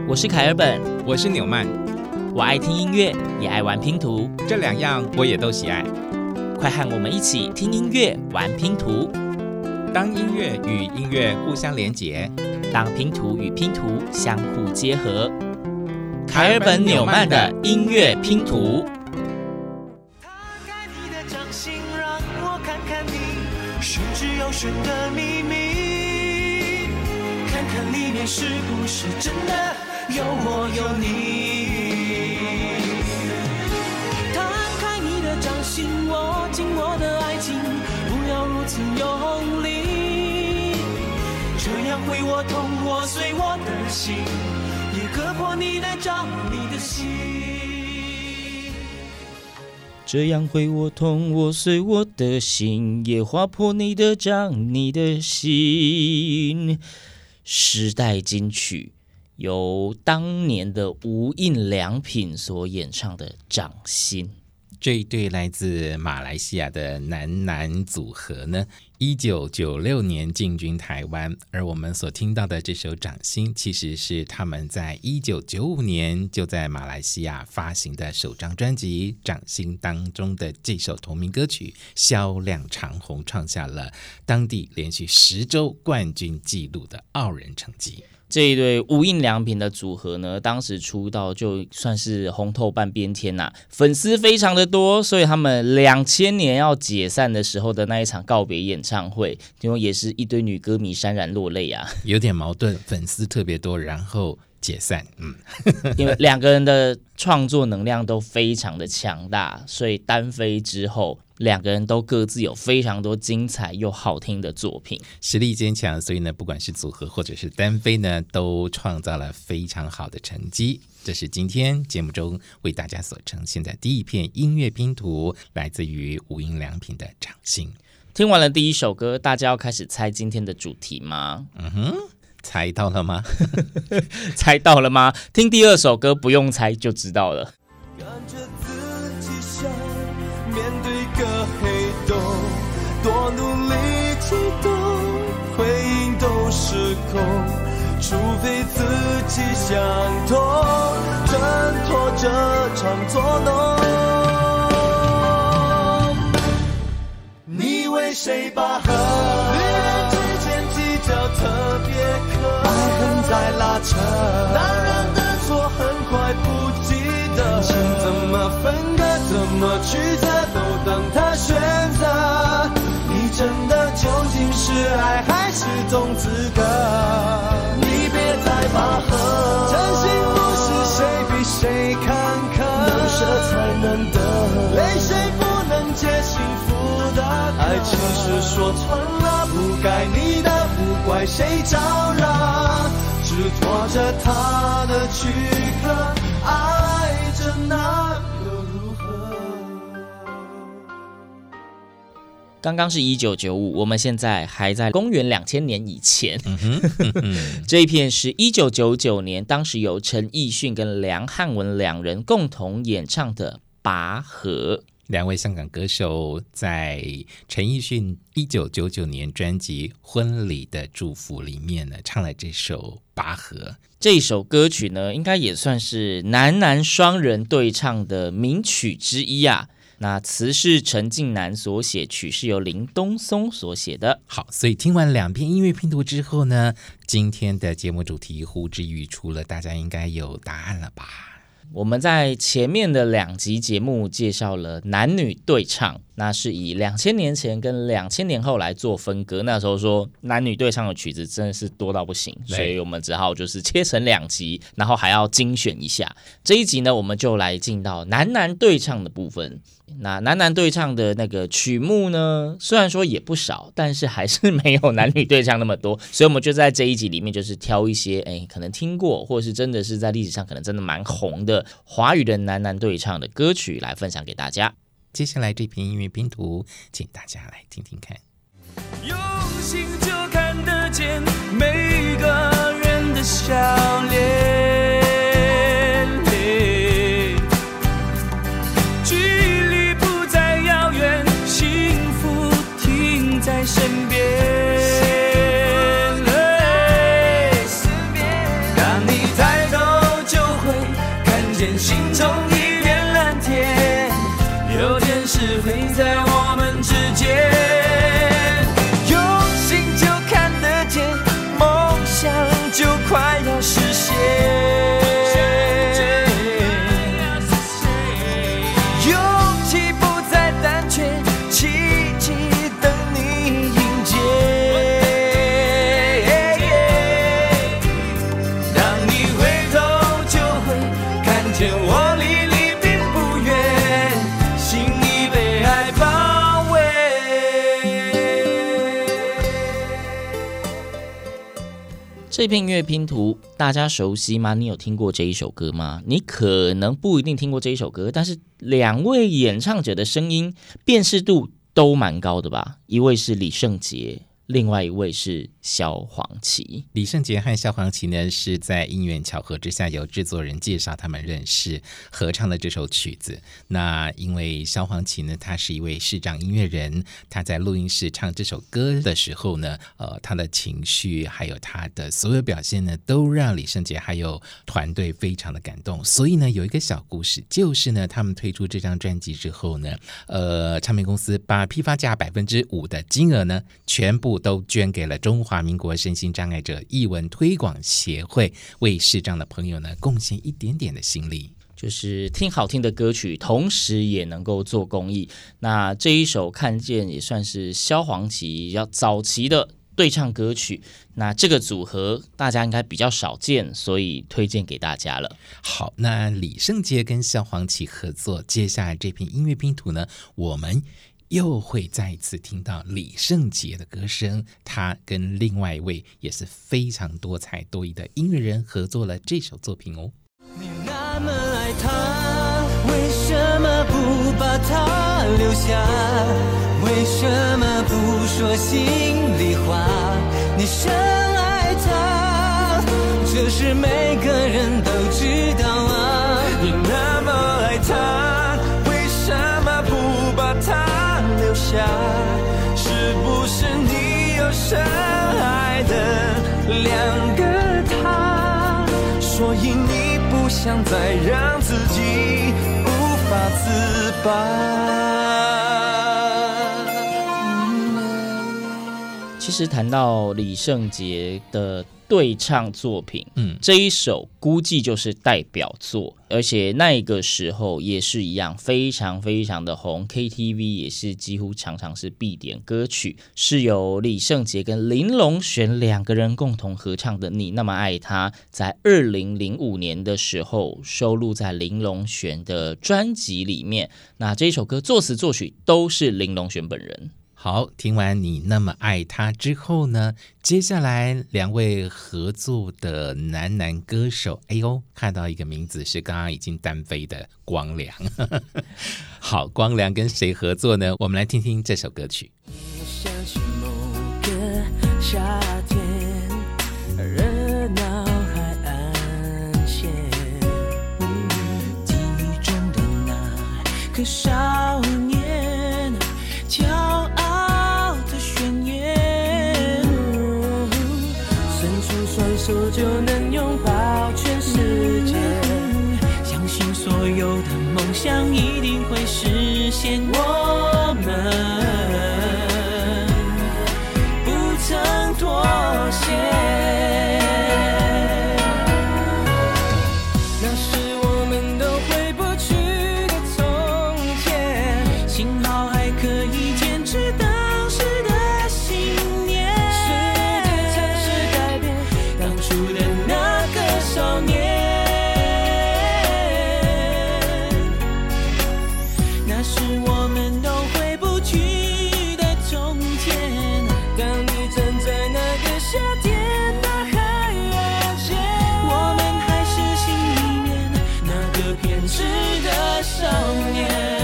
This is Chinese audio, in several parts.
我是凯尔本， 我是纽曼。 我爱听音乐，也爱玩拼图， 这两样我也都喜爱。 快和我们一起听音乐，玩拼图。 当音乐与音乐互相连结， 当拼图与拼图相互结合。凯尔本纽曼的音乐拼图。 摊开你的掌心，让我看看你玄之又玄的秘密，看看里面是不是真的有我有你。摊开你的掌心，握紧我的爱情，不要如此用力，这样会我痛，我碎我的心，也割破你的掌，你的心。 这样会我痛，我碎我的心，也划破你的掌，你的心。时代金曲，由当年的无印良品所演唱的《掌心》。 这一对来自马来西亚的男组合呢，1996年进军台湾，而我们所听到的这首《掌心》其实是他们在1995年就在马来西亚发行的首张专辑《掌心》当中的这首同名歌曲，销量长红，创下了当地连续10周冠军纪录的傲人成绩。 这一对无印良品的组合呢，当时出道就算是红透半边天呐，粉丝非常的多，所以他们2000年要解散的时候的那一场告别演唱会，因为也是一堆女歌迷潸然落泪啊， 有点矛盾，粉丝特别多，然后解散， 因为两个人的创作能量都非常的强大，所以单飞之后，两个人都各自有非常多精彩又好听的作品， 实力坚强，所以呢，不管是组合或者是单飞呢，都创造了非常好的成绩。这是今天节目中为大家所呈现的第一片音乐拼图，来自于无印良品的《掌心》。 听完了第一首歌，大家要开始猜今天的主题吗？ 猜到了吗？ 猜到了吗？听第二首歌不用猜就知道了。 看着自己想面对个黑洞，多努力激动，回应都失控，除非自己想通，挣脱这场捉弄。你为谁拔河？女人之间计较特别渴，爱恨在拉扯，男人的错很快不记得，情怎么分割，怎么曲折，都等他选择。你真的究竟是爱还是懂资格？你别再拔河，真心不是谁比谁坎坷，能舍才能得，泪水不能解幸福的渴。爱情是说穿了不该你的，不怪谁招惹，只拖着他的躯壳，爱着那又如何？ 刚刚是1995，我们现在还在公元2000年以前。这一片是1999年，当时由陈奕迅跟梁汉文两人共同演唱的《拔河》。 两位香港歌手在陈奕迅1999年专辑《婚礼的祝福》里面呢，唱了这首《拔河》。 这首歌曲呢，应该也算是男双人对唱的名曲之一啊。那词是陈近南所写，曲是由林东松所写的。 好，所以听完两篇音乐拼图之后呢，今天的节目主题呼之欲出了，大家应该有答案了吧？ 我们在前面的2集节目介绍了男女对唱，那是以2000年前跟2000年后来做分割。那时候说男女对唱的曲子真的是多到不行，所以我们只好就是切成2集，然后还要精选一下。这一集呢，我们就来进到男对唱的部分。那男对唱的那个曲目呢，虽然说也不少，但是还是没有男女对唱那么多，所以我们就在这一集里面就是挑一些可能听过或是真的是在历史上可能真的蛮红的华语的男对唱的歌曲来分享给大家。 接下来这篇音乐拼图，请大家来听听看。 用心就看得见每个人的笑脸，距离不再遥远，幸福停在身边。当你抬头这片音乐拼图大家熟悉吗？你有听过这一首歌吗？你可能不一定听过这一首歌，但是两位演唱者的声音辨识度都蛮高的吧？一位是李圣杰，另外一位是萧煌奇。 李圣杰和萧煌奇呢，是在因缘巧合之下，由制作人介绍他们认识，合唱了这首曲子。那因为萧煌奇呢，他是一位视障音乐人，他在录音室唱这首歌的时候呢，他的情绪还有他的所有表现呢，都让李圣杰还有团队非常的感动。所以呢，有一个小故事，就是呢，他们推出这张专辑之后呢，唱片公司把批发价5%的金额呢，全部都捐给了中华民国身心障碍者艺文推广协会，为视障的朋友呢贡献一点点的心力， 就是听好听的歌曲，同时也能够做公益。那这一首《看见》也算是萧煌奇要早期的对唱歌曲，那这个组合大家应该比较少见，所以推荐给大家了。 好，那李圣杰跟萧煌奇合作，接下来这篇音乐拼图呢，我们又会再一次听到李圣杰的歌声，他跟另外一位也是非常多才多艺的音乐人合作了这首作品哦。 你那么爱他，为什么不把他留下？为什么不说心里话？你深爱他，这是每个人都知道啊。你那么爱他，为什么不把他留下？是不是你有深爱的两个他？所以你不想再让自己无法自拔。 其实谈到李圣杰的对唱作品，这一首估计就是代表作，而且那个时候也是一样非常非常的红， KTV 也是几乎常常是必点歌曲，是由李圣杰跟林隆璇两个人共同合唱的《你那么爱他》，在2005年的时候收录在林隆璇的专辑里面。那这一首歌作词作曲都是林隆璇本人。 好，听完你那么爱他之后呢，接下来两位合作的男歌手，哎呦，看到一个名字是刚刚已经单飞的光良。好，光良跟谁合作呢？我们来听听这首歌曲。 想起某个夏天，热闹海岸线，记忆中的那个少年，骄傲的宣言，伸出双手就能拥抱全世界，相信所有的梦想一定会实现。我们不曾妥协，那是我们都回不去的从前，幸好还可以坚持当时的信念。世界曾是改变当初的那个少年，那是我们都回不去的从前。当你站在那个夏天的海岸线，我们还是心里面那个偏执的少年。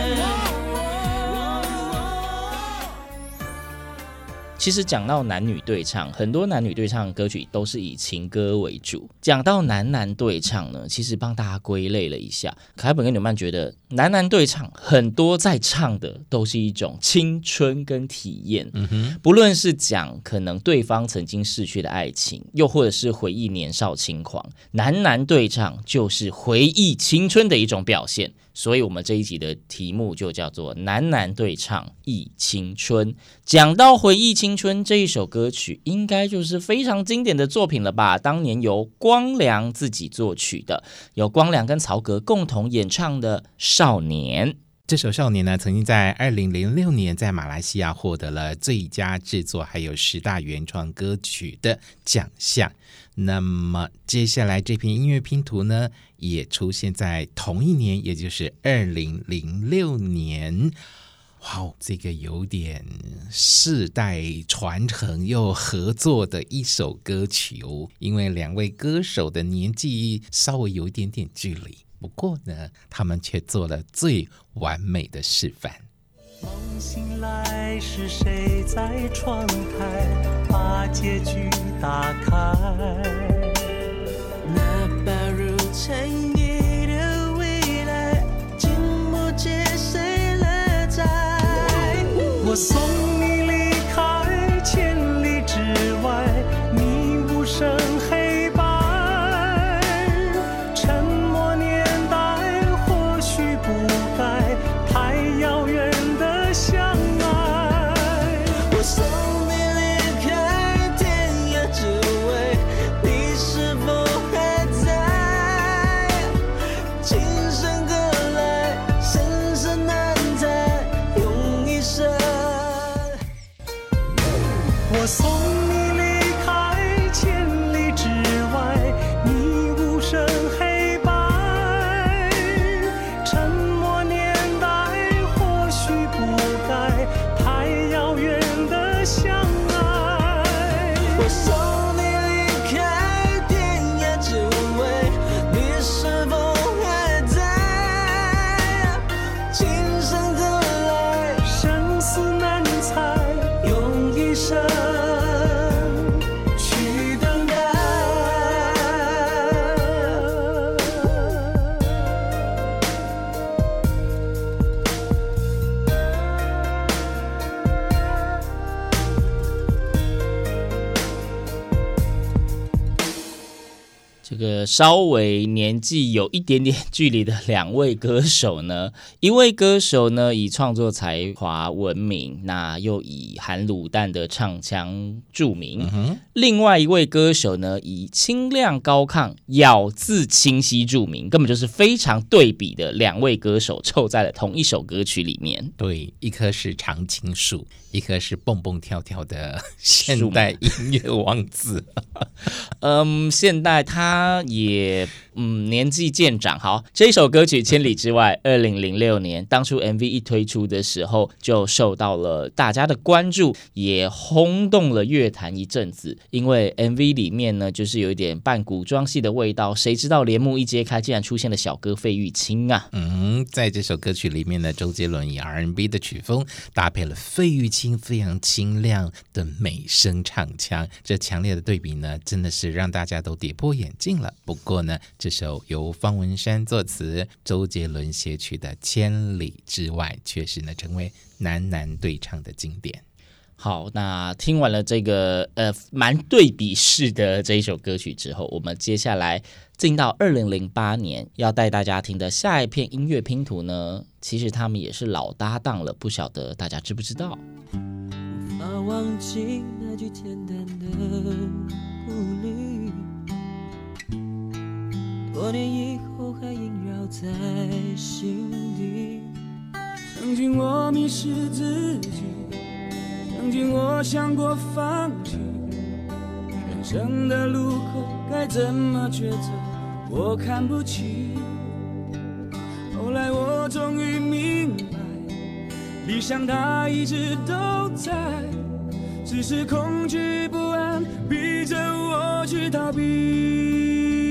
其实讲到男女对唱，很多男女对唱歌曲都是以情歌为主。讲到男对唱呢，其实帮大家归类了一下，凯本跟纽曼觉得男对唱很多在唱的都是一种青春跟体验，不论是讲可能对方曾经逝去的爱情，又或者是回忆年少轻狂，男对唱就是回忆青春的一种表现。所以我们这一集的题目就叫做男对唱忆青春。讲到回忆青春，这一首歌曲应该就是非常经典的作品了吧，当年由光良自己作曲的，由光良跟曹格共同演唱的少年。 这首少年呢，曾经在2006年在马来西亚获得了最佳制作还有10大原创歌曲的奖项。那么接下来这篇音乐拼图呢，也出现在同一年，也就是2006年。 哇，这个有点世代传承又合作的一首歌曲哦，因为两位歌手的年纪稍微有一点点距离，不过呢，他们却做了最完美的示范。 梦醒来是谁在窗台把结局打开？那把如尘埃的未来，经不起谁来摘。我送你离开千里之外，你无声黑白，沉默年代或许不该太遥远的相爱。我送你离开天涯之外，你是否还在？今生何来，生死难猜，用一生。我送你离开千里之外，你无声黑白，沉默年代或许不该太遥远的相爱。我送你离开天涯之外，你是否还在？今生何来，生死难猜，用一生去等待。 这个稍微年纪有一点点距离的两位歌手呢，一位歌手呢以创作才华闻名，那又以含卤蛋的唱腔著名，另外一位歌手呢以清亮高亢、咬字清晰著名，根本就是非常对比的两位歌手凑在了同一首歌曲里面。 对，一棵是常青树，一棵是蹦蹦跳跳的现代音乐王子。 现代他也年纪渐长。好，这首歌曲《千里之外》2006年当初 MV 一推出的时候就受到了大家的关注，也轰动了乐坛一阵子。因为 MV 里面呢就是有一点半古装戏的味道，谁知道帘幕一揭开竟然出现了小哥费玉清啊。 在这首歌曲里面呢，周杰伦以 R&B 的曲风搭配了费玉清非常清亮的美声唱腔，这强烈的对比呢真的是让大家都跌破眼镜了。不过呢，这首由方文山作词、周杰伦写曲的《千里之外》确实呢成为男男对唱的经典。 好，那听完了这个蛮对比式的这一首歌曲之后，我们接下来进到2008年要带大家听的下一片音乐拼图呢，其实他们也是老搭档了，不晓得大家知不知道？ 无法忘记那句简单的鼓励，多年以后还萦绕在心底。曾经我迷失自己，曾经我想过放弃，人生的路口该怎么抉择，我看不清。后来我终于明白，理想它一直都在，只是恐惧不安逼着我去逃避。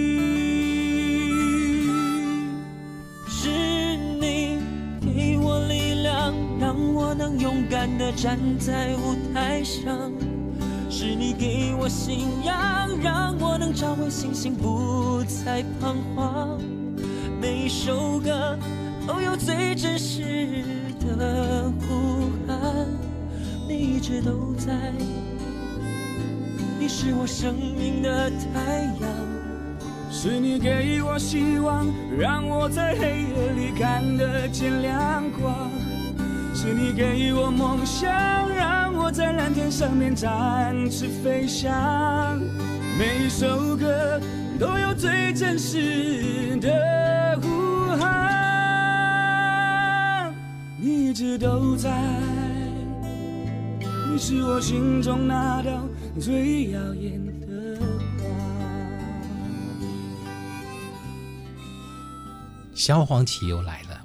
是你给我力量，让我能勇敢地站在舞台上，是你给我信仰，让我能找回信心，不再彷徨。每一首歌都有最真实的呼喊，你一直都在，你是我生命的太阳，是你给我希望，让我在黑夜里看得见亮光，是你给我梦想，让我在蓝天上面展翅飞翔。每一首歌都有最真实的呼喊，你一直都在，你是我心中那道最耀眼的光。 萧煌奇又来了，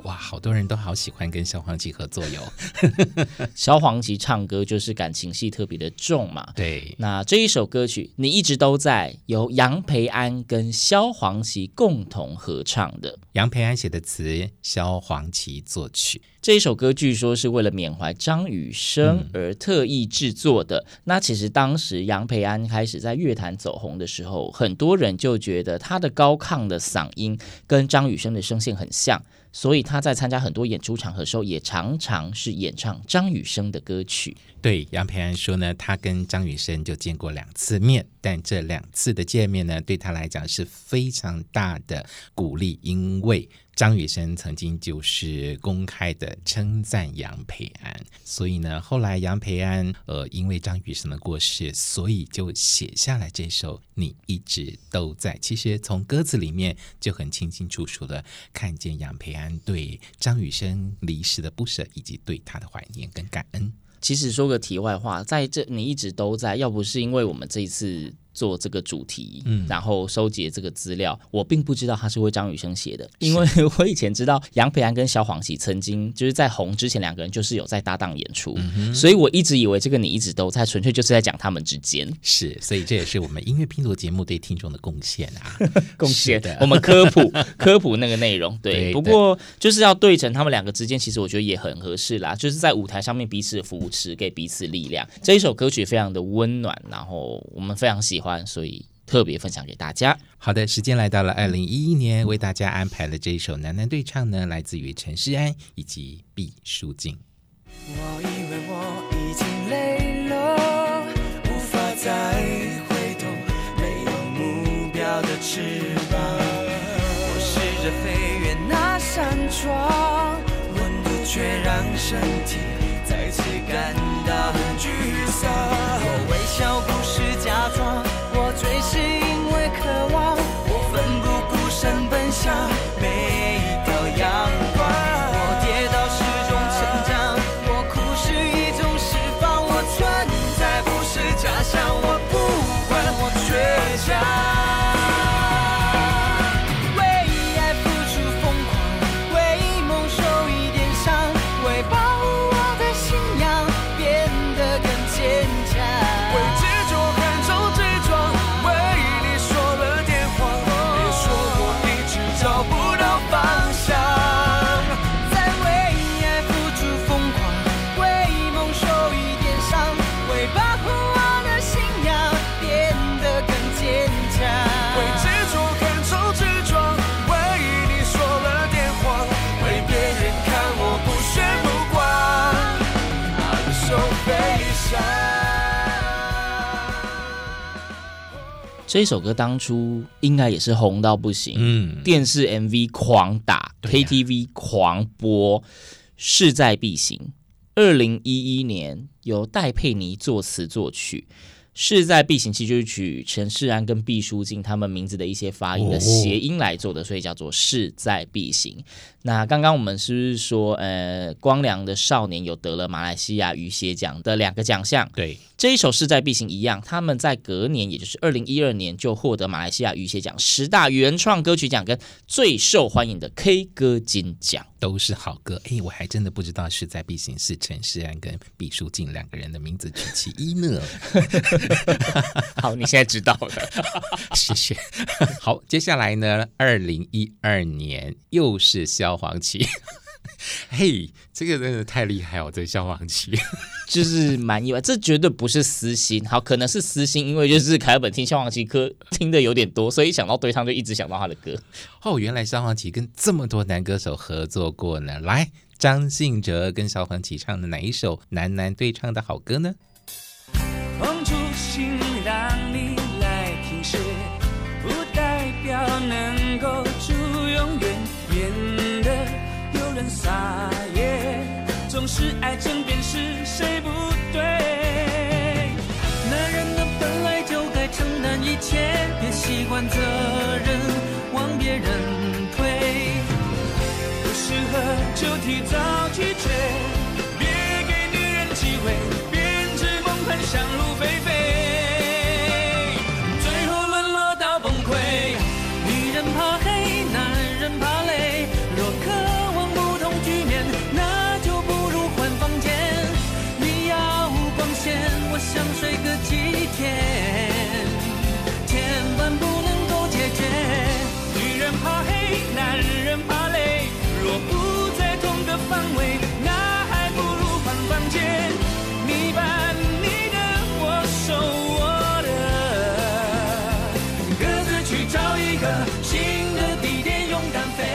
哇，好多人都好喜欢跟萧煌奇合作哟。 萧煌奇唱歌就是感情戏特别的重嘛。 对， 那这一首歌曲你一直都在，由杨培安跟萧煌奇共同合唱的。 杨培安写的词，萧煌奇作曲。 这一首歌据说是为了缅怀张雨生而特意制作的。那其实当时杨培安开始在乐坛走红的时候，很多人就觉得他的高亢的嗓音跟张雨生的声线很像，所以他在参加很多演出场合的时候，也常常是演唱张雨生的歌曲。 对，杨培安说呢，他跟张雨生就见过2次面，但这2次的见面呢，对他来讲是非常大的鼓励，因为张雨生曾经就是公开的称赞杨培安，所以呢，后来杨培安因为张雨生的过世，所以就写下了这首《你一直都在》。其实从歌词里面就很清清楚楚的看见杨培安对张雨生离世的不舍，以及对他的怀念跟感恩。 其实说个题外话，在这你一直都在，要不是因为我们这一次做这个主题，然后收集这个资料，我并不知道他是为张雨生写的，因为我以前知道杨培安跟萧煌奇曾经就是在红之前2个人就是有在搭档演出，所以我一直以为这个你一直都在纯粹就是在讲他们之间。 是，所以这也是我们音乐拼图节目对听众的贡献啊。 贡献我们科普那个内容。对，不过就是要对成他们2个之间，其实我觉得也很合适啦，就是在舞台上面彼此扶持，给彼此力量。这一首歌曲非常的温暖，然后我们非常喜欢，所以特别分享给大家。 好的，时间来到了2011年，为大家安排了这一首男男对唱呢，来自于陈世安以及毕书尽。 我以为我已经累了，无法再回头，没有目标的翅膀。我试着飞越那扇窗，温度却让身体再次感到很沮丧。我微笑不是假装，我醉是因为渴望，我奋不顾身奔向每一道阳光。我跌倒是种成长，我哭是一种释放，我存在不是假象，我不管我倔强。 这首歌当初应该也是红到不行，电视 MV 狂打， KTV 狂播，势在必行。2011年由戴佩妮作词作曲，势在必行其实就是取陈世安跟毕书尽他们名字的一些发音的谐音来做的，所以叫做势在必行。那刚刚我们是不是说光良的少年有得了马来西亚雨鞋奖的2个奖项？ 对， 这一首势在必行一样，他们在隔年也就是2012年就获得马来西亚雨鞋奖10大原创歌曲奖跟最受欢迎的 K 歌金奖， 都是好歌。我还真的不知道势在必行是陈世安跟毕书尽2个人的名字取其一呢。 好，你现在知道了。 谢谢。好，接下来呢2012年又是萧煌奇。嘿，这个真的太厉害哦，这个萧煌奇就是蛮意外，这绝对不是私心。好，可能是私心，因为就是凯尔本听萧煌奇歌听的有点多，所以想到对唱就一直想到他的歌。 原来萧煌奇跟这么多男歌手合作过呢。来，张信哲跟萧煌奇唱的哪一首男男对唱的好歌呢？ 碰触心让你来停歇，不代表能够住永远，免得有人撒野，总是爱争辩是谁不对。男人呢本来就该承担一切，别习惯责任往别人推，不适合就提早拒绝，别给女人机会想入非非，最后沦落到崩溃。女人怕黑，男人怕累，若渴望不同一个新的地点勇敢飞。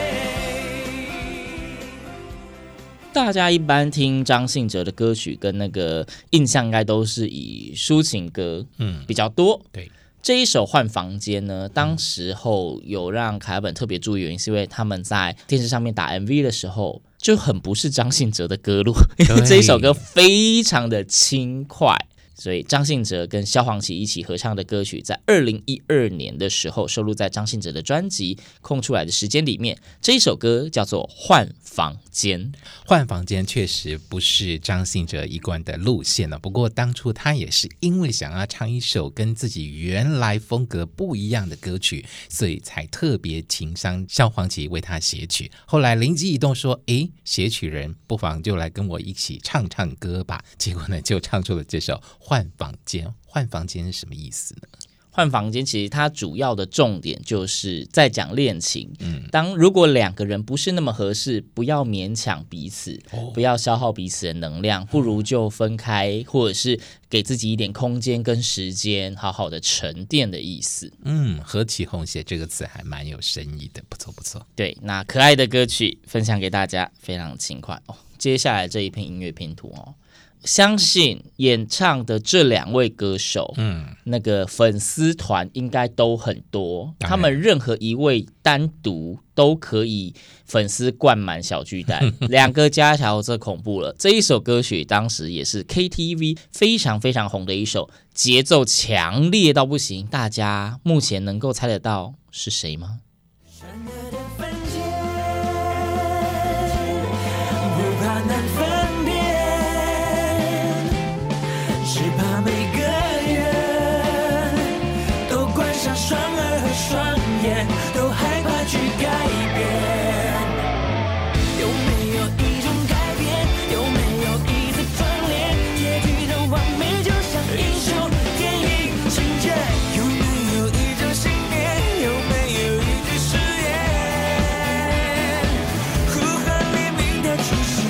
大家一般听张信哲的歌曲跟那个印象应该都是以抒情歌比较多。 对， 这一首《换房间》呢，当时候有让凯尔本特别注意，原因是因为他们在电视上面打 MV 的时候就很不是张信哲的歌路，因为这一首歌非常的轻快。所以张信哲跟萧煌奇一起合唱的歌曲，在2012年的时候收录在张信哲的专辑《空出来的时间》里面。这一首歌叫做《换房间》。 换房间确实不是张信哲一贯的路线了，不过当初他也是因为想要唱一首跟自己原来风格不一样的歌曲，所以才特别情商萧煌奇为他写曲。后来灵机一动说，写曲人不妨就来跟我一起唱唱歌吧。结果呢，就唱出了这首换房间。换房间是什么意思呢？ 换房间其实它主要的重点就是在讲恋情。如果两个人不是那么合适，不要勉强彼此，不要消耗彼此的能量，不如就分开，或者是给自己一点空间跟时间，好好的沉淀的意思。 何其红写这个词还蛮有深意的，不错不错。 对，那可爱的歌曲分享给大家，非常轻快哦。接下来这一篇音乐拼图哦，相信演唱的这两位歌手，那个粉丝团应该都很多，他们任何一位单独都可以粉丝灌满小巨蛋，两个加起来这恐怖了。这一首歌曲当时也是 KTV 非常非常红的一首，节奏强烈到不行。大家目前能够猜得到是谁吗？ 只怕每个人都关上双耳和双眼，都害怕去改变。有没有一种改变？有没有一次转变？结局的完美就像一首电影情节。有没有一种信念？有没有一句誓言？呼喊黎明的出现。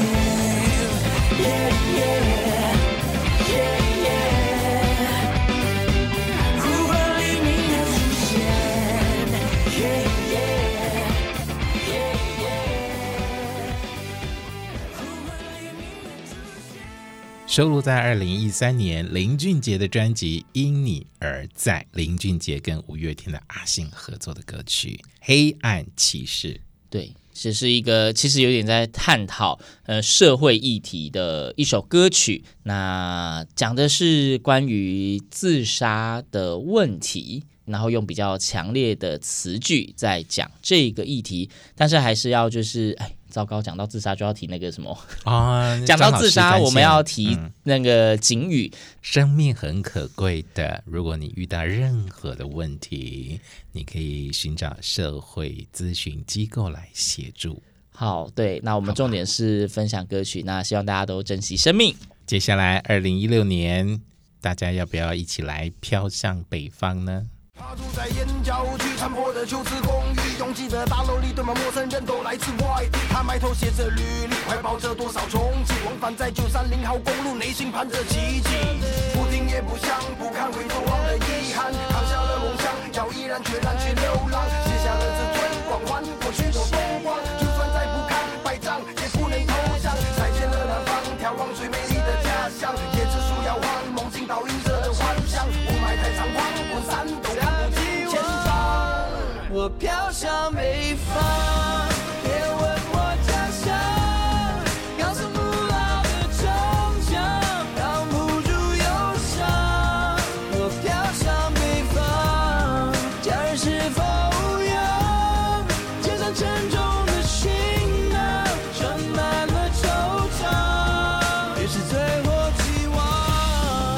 收录在2013年林俊杰的专辑《因你而在》，林俊杰跟五月天的阿信合作的歌曲《黑暗骑士》。 对，这是一个其实有点在探讨社会议题的一首歌曲。那讲的是关于自杀的问题，然后用比较强烈的词句在讲这个议题，但是还是要就是糟糕，讲到自杀就要提那个什么讲到自杀我们要提那个警语， 生命很可贵的，如果你遇到任何的问题，你可以寻找社会咨询机构来协助。 好，对，那我们重点是分享歌曲，那希望大家都珍惜生命。 接下来2016年大家要不要一起来飘向北方呢？ 他住在眼角区残破的旧式公寓，拥挤的大楼里堆满陌生人，都来自外地。他埋头写着履历，怀抱着多少憧憬，往返在930号公路，内心盼着奇迹。不听也不想，不看回头望的遗憾，扛下了梦想，要毅然决然去流浪，写下了这段光环，过去都风光。就算再不堪败仗，也不能投降。再见了南方，眺望最美丽的家乡，椰子树摇晃，梦境倒映着的幻想。雾霾太猖狂，滚散都看不清前方。我飘向北方，别问我家乡，高耸古老的城墙，挡不住忧伤。我飘向北方，家人是否无恙？肩上沉重的行囊，装满了惆怅，也是最后期望，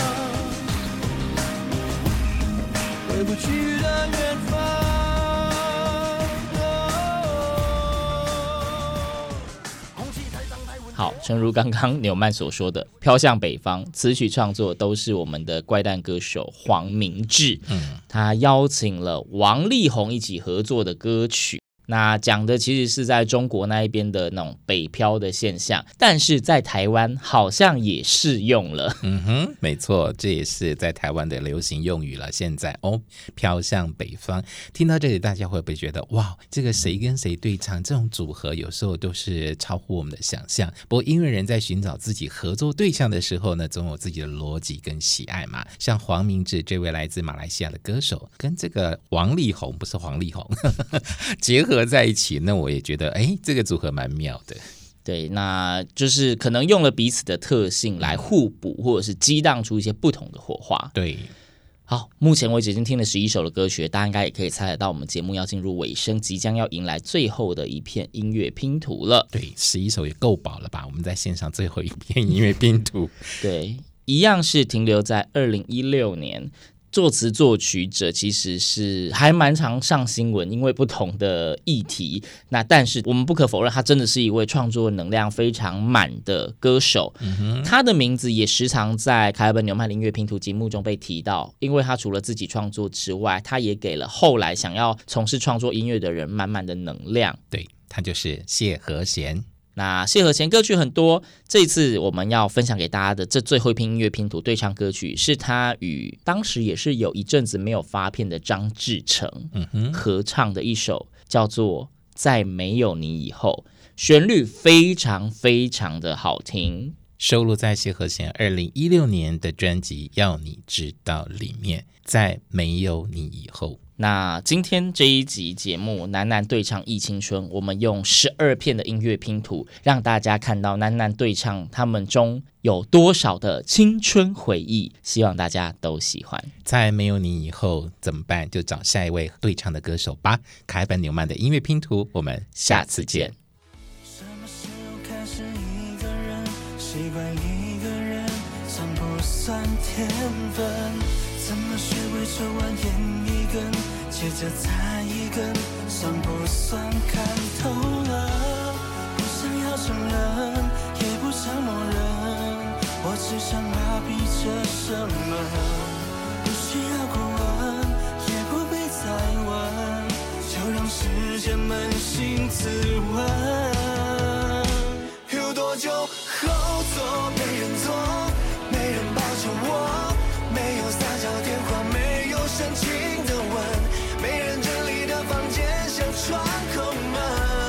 回不去的远方。 好，诚如刚刚纽曼所说的，飘向北方词曲创作都是我们的怪诞歌手黄明志，他邀请了王力宏一起合作的歌曲。 那讲的其实是在中国那一边的那种北漂的现象，但是在台湾好像也适用了。 没错，这也是在台湾的流行用语了。现在飘向北方，听到这里大家会不会觉得哇，这个谁跟谁对唱这种组合有时候都是超乎我们的想象。不过音乐人在寻找自己合作对象的时候呢，总有自己的逻辑跟喜爱嘛。像黄明志这位来自马来西亚的歌手，跟这个王力宏，不是黄力宏结合在一起，那我也觉得这个组合蛮妙的。 对，那就是可能用了彼此的特性来互补，或者是激荡出一些不同的火花。 对， 好，目前为止已经听了11首的歌曲，大家应该也可以猜得到，我们节目要进入尾声，即将要迎来最后的一片音乐拼图了。 对，11首也够饱了吧？我们在线上最后一片音乐拼图。 对，一样是停留在2016年。作词作曲者其实是还蛮常上新闻，因为不同的议题。那但是我们不可否认，他真的是一位创作能量非常满的歌手。他的名字也时常在凯尔本纽曼的音乐拼图节目中被提到，因为他除了自己创作之外，他也给了后来想要从事创作音乐的人满满的能量。 对，他就是谢和弦。 那谢和弦歌曲很多，这一次我们要分享给大家的这最后一篇音乐拼图对唱歌曲，是他与当时也是有一阵子没有发片的张志成合唱的一首，叫做《在没有你以后》，旋律非常非常的好听， 收录在谢和弦2016年的专辑《要你知道》里面。在没有你以后。 那今天这一集节目男男对唱忆青春，我们用12片的音乐拼图，让大家看到男男对唱他们中有多少的青春回忆，希望大家都喜欢。 在没有你以后怎么办？就找下一位对唱的歌手吧。凯本纽曼的音乐拼图，我们下次见。 什么时候开始一个人习惯一个人，算不算天分？怎么学会抽完烟一根，接着再一根，算不算看透了？不想要承认，也不想默认，我只想麻痹着什么，不需要过问，也不必再问，就让时间扪心自问。有多久后做没人做，没人抱着我，没有撒娇电话，没有深情的吻，没人整理的房间像窗口门。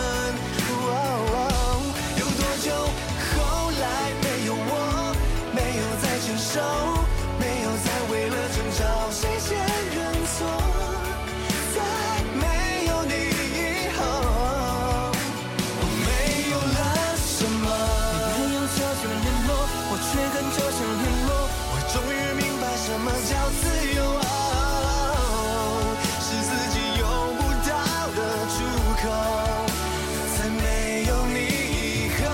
有多久后来没有我，没有再牵手，没有再为了争吵谁先认错，在没有你以后，我没有了什么。你没有久久联络，我却更久久联络，我终于明白什么叫自由啊，是自己用不到的出口，在没有你以后。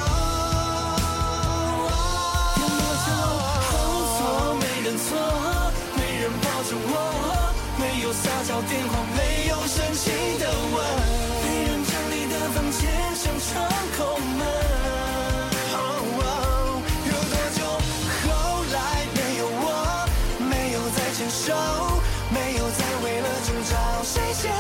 有多久后错没人错，没人抱着我，没有撒娇电话，没有深情的吻，没人整理的房间像窗口门。有多久后来没有我，没有再牵手，没有再为了争吵谁先